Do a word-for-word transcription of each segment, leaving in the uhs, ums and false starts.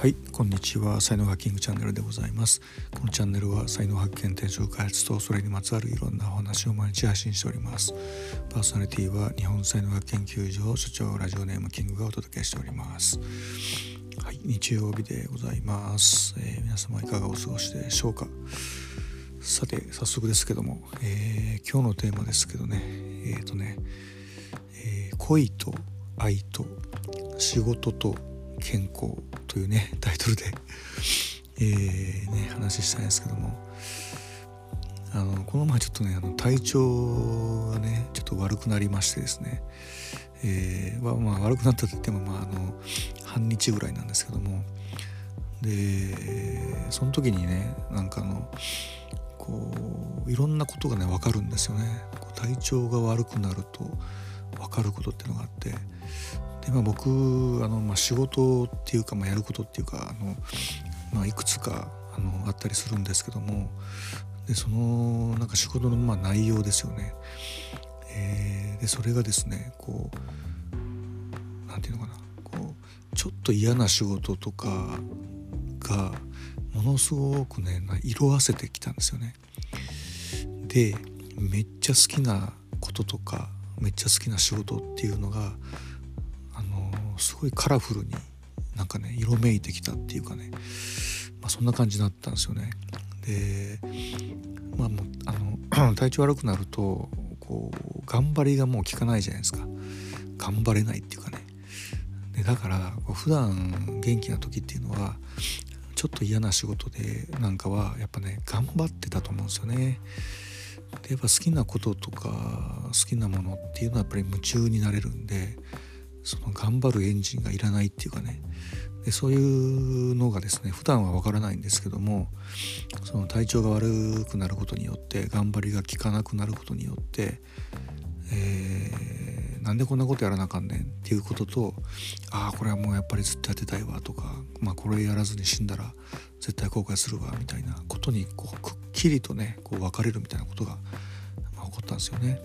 はい、こんにちは。才能ハッキングチャンネルでございます。このチャンネルは才能発見、転職開発とそれにまつわるいろんなお話を毎日配信しております。パーソナリティは日本才能学研究所所長ラジオネームキングがお届けしております。はい、日曜日でございます。えー、皆様いかがお過ごしでしょうか。さて早速ですけども、えー、今日のテーマですけどね、えーとね、えー、恋と愛と仕事と健康というねタイトルで、えーね、話したいんですけども、あのこの前ちょっとねあの体調がねちょっと悪くなりましてですね、えーまあ、まあ悪くなったと言っても、まあ、あの半日ぐらいなんですけども、でその時にねなんかあのこういろんなことがね分かるんですよね。こう体調が悪くなると分かることっていうのがあって、で、まあ、僕あの、まあ、仕事っていうか、まあ、やることっていうかあの、まあ、いくつかあのあったりするんですけども、でそのなんか仕事のまあ内容ですよね、えー、でそれがですねこうなんていうのかなこうちょっと嫌な仕事とかがものすごくね色あせてきたんですよね。でめっちゃ好きなこととかめっちゃ好きな仕事っていうのがあのすごいカラフルになんかね色めいてきたっていうかね、まあ、そんな感じだったんですよね。でまあもうあの体調悪くなるとこう頑張りがもう効かないじゃないですか。頑張れないっていうかね。でだからこう普段元気な時っていうのはちょっと嫌な仕事でなんかはやっぱね頑張ってたと思うんですよね。でやっぱ好きなこととか好きなものっていうのはやっぱり夢中になれるんで、その頑張るエンジンがいらないっていうかね、でそういうのがですね普段はわからないんですけども、その体調が悪くなることによって頑張りが効かなくなることによって、えー、なんでこんなことやらなあかんねんっていうことと、ああこれはもうやっぱりずっとやってたいわとか、まあこれやらずに死んだら絶対後悔するわみたいなことにこうくっきりとねこう分かれるみたいなことが、まあ、起こったんですよね。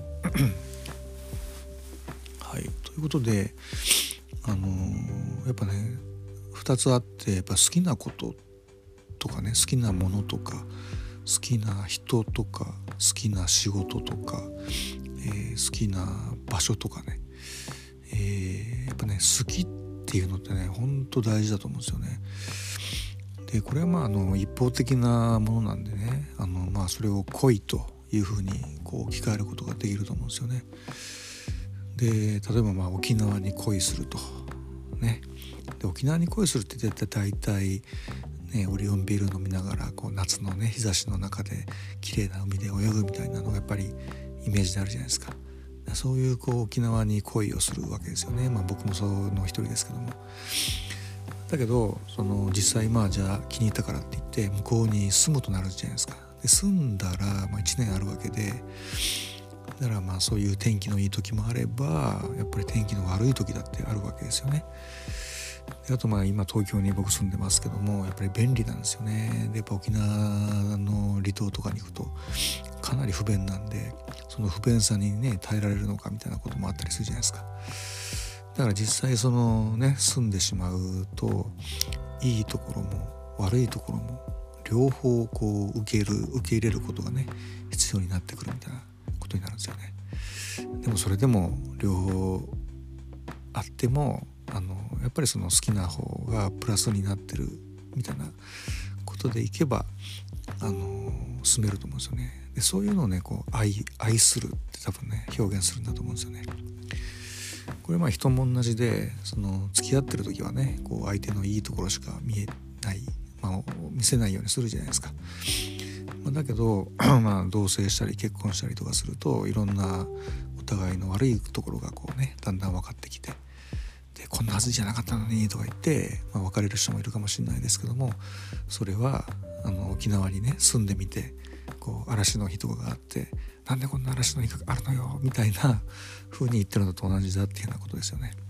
はい、ということで、あのー、やっぱねふたつあって、やっぱ好きなこととかね好きなものとか好きな人とか好きな仕事とか、えー、好きな場所とかね、えー、やっぱね好きっていうのってねほんと大事だと思うんですよね。でこれはまああの一方的なものなんでね、あのまあそれを恋というふうにこう置き換えることができると思うんですよね。で例えばまあ沖縄に恋するとね、で沖縄に恋するって絶対大体ねオリオンビール飲みながらこう夏のね日差しの中で綺麗な海で泳ぐみたいなのがやっぱりイメージであるじゃないですか。そういうこう沖縄に恋をするわけですよね。まあ僕もその一人ですけども、だけどその実際まあじゃあ気に入ったからって言って向こうに住むとなるじゃないですか。で住んだらまあいちねんあるわけで、だからまあそういう天気のいい時もあればやっぱり天気の悪い時だってあるわけですよね。であとまあ今東京に僕住んでますけどもやっぱり便利なんですよね。でやっぱ沖縄の離島とかに行くとかなり不便なんで、その不便さにね耐えられるのかみたいなこともあったりするじゃないですか。だから実際そのね住んでしまうといいところも悪いところも両方こう受ける受け入れることがね必要になってくるみたいなことになるんですよね。でもそれでも両方あってもあのやっぱりその好きな方がプラスになってるみたいなことでいけばあの進めると思うんですよね。でそういうのをねこう 愛, 愛するって多分ね表現するんだと思うんですよね。これまあ人も同じで、その付き合ってる時はねこう相手のいいところしか見えない、まあ、見せないようにするじゃないですか。まあ、だけどまあ同棲したり結婚したりとかするといろんなお互いの悪いところがこうねだんだん分かってきて、でこんなはずじゃなかったのにとか言って、まあ、別れる人もいるかもしれないですけども、それはあの沖縄にね住んでみてこう嵐の日とかがあって、なんでこんな嵐の日があるのよみたいな風に言ってるのと同じだっていうようなことですよね。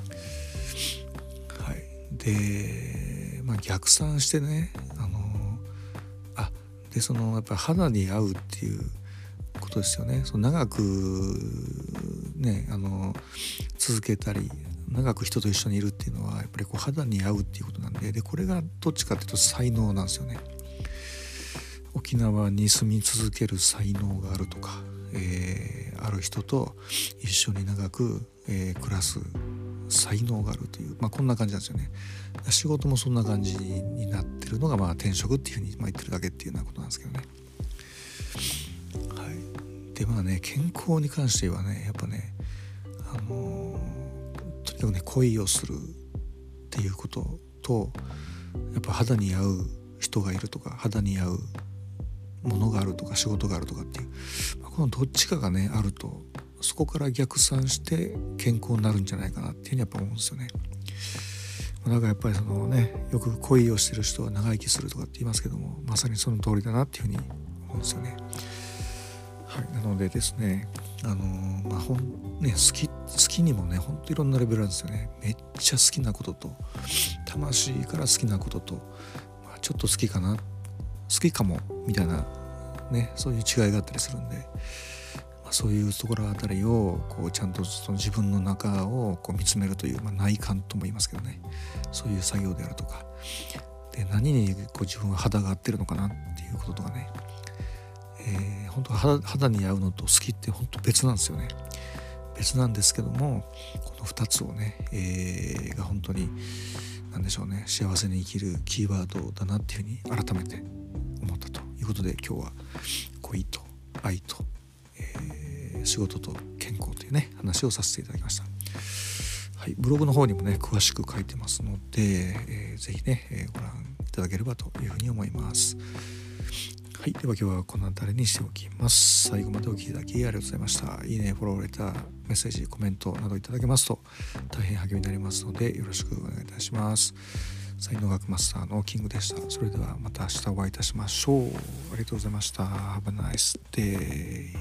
はい。で、まあ、逆算してね、あのあでそのやっぱり肌に合うっていうことですよね。その長くねあの続けたり長く人と一緒にいるっていうのはやっぱりこう肌に合うっていうことなんで、でこれがどっちかっていうと才能なんですよね。沖縄に住み続ける才能があるとか、えー、ある人と一緒に長く、えー、暮らす才能があるという、まあ、こんな感じなんですよね。仕事もそんな感じになってるのが、まあ、転職っていうふうにまあ言ってるだけっていうようなことなんですけどね。はい、でまあね健康に関してはねやっぱね、あのー、とにかくね恋をするっていうことと、やっぱ肌に合う人がいるとか肌に合うものがあるとか仕事があるとかっていう、まあ、このどっちかがねあるとそこから逆算して健康になるんじゃないかなっていうふうにやっぱ思うんですよね。だからやっぱりそのねよく恋をしてる人は長生きするとかって言いますけども、まさにその通りだなっていうふうに思うんですよね。はい、なのでですね、あのー、まあほんね好き好きにもねほんといろんなレベルあるんですよね。めっちゃ好きなことと魂から好きなことと、まあ、ちょっと好きかな好きかもみたいなねそういう違いがあったりするんで、まあ、そういうところあたりをこうちゃんとその自分の中をこう見つめるという、まあ、内観とも言いますけどね、そういう作業であるとかで、何にこう自分は肌が合ってるのかなっていうこととかね、えー、本当は 肌, 肌に合うのと好きって本当別なんですよね。別なんですけどもこのふたつをね、えー、が本当に何でしょうね幸せに生きるキーワードだなっていうふうに改めて思ったということで、今日は恋と愛と、えー、仕事と健康というね話をさせていただきました。はい、ブログの方にもね詳しく書いてますので、えー、ぜひね、えー、ご覧いただければというふうに思います。はい、では今日はこの辺りにしておきます。最後までお聞きいただきありがとうございました。いいね、フォロー、レター、メッセージ、コメントなどいただけますと大変励みになりますのでよろしくお願いいたします。才能学マスターのキングでした。それではまた明日お会いいたしましょう。ありがとうございました。Have a nice day.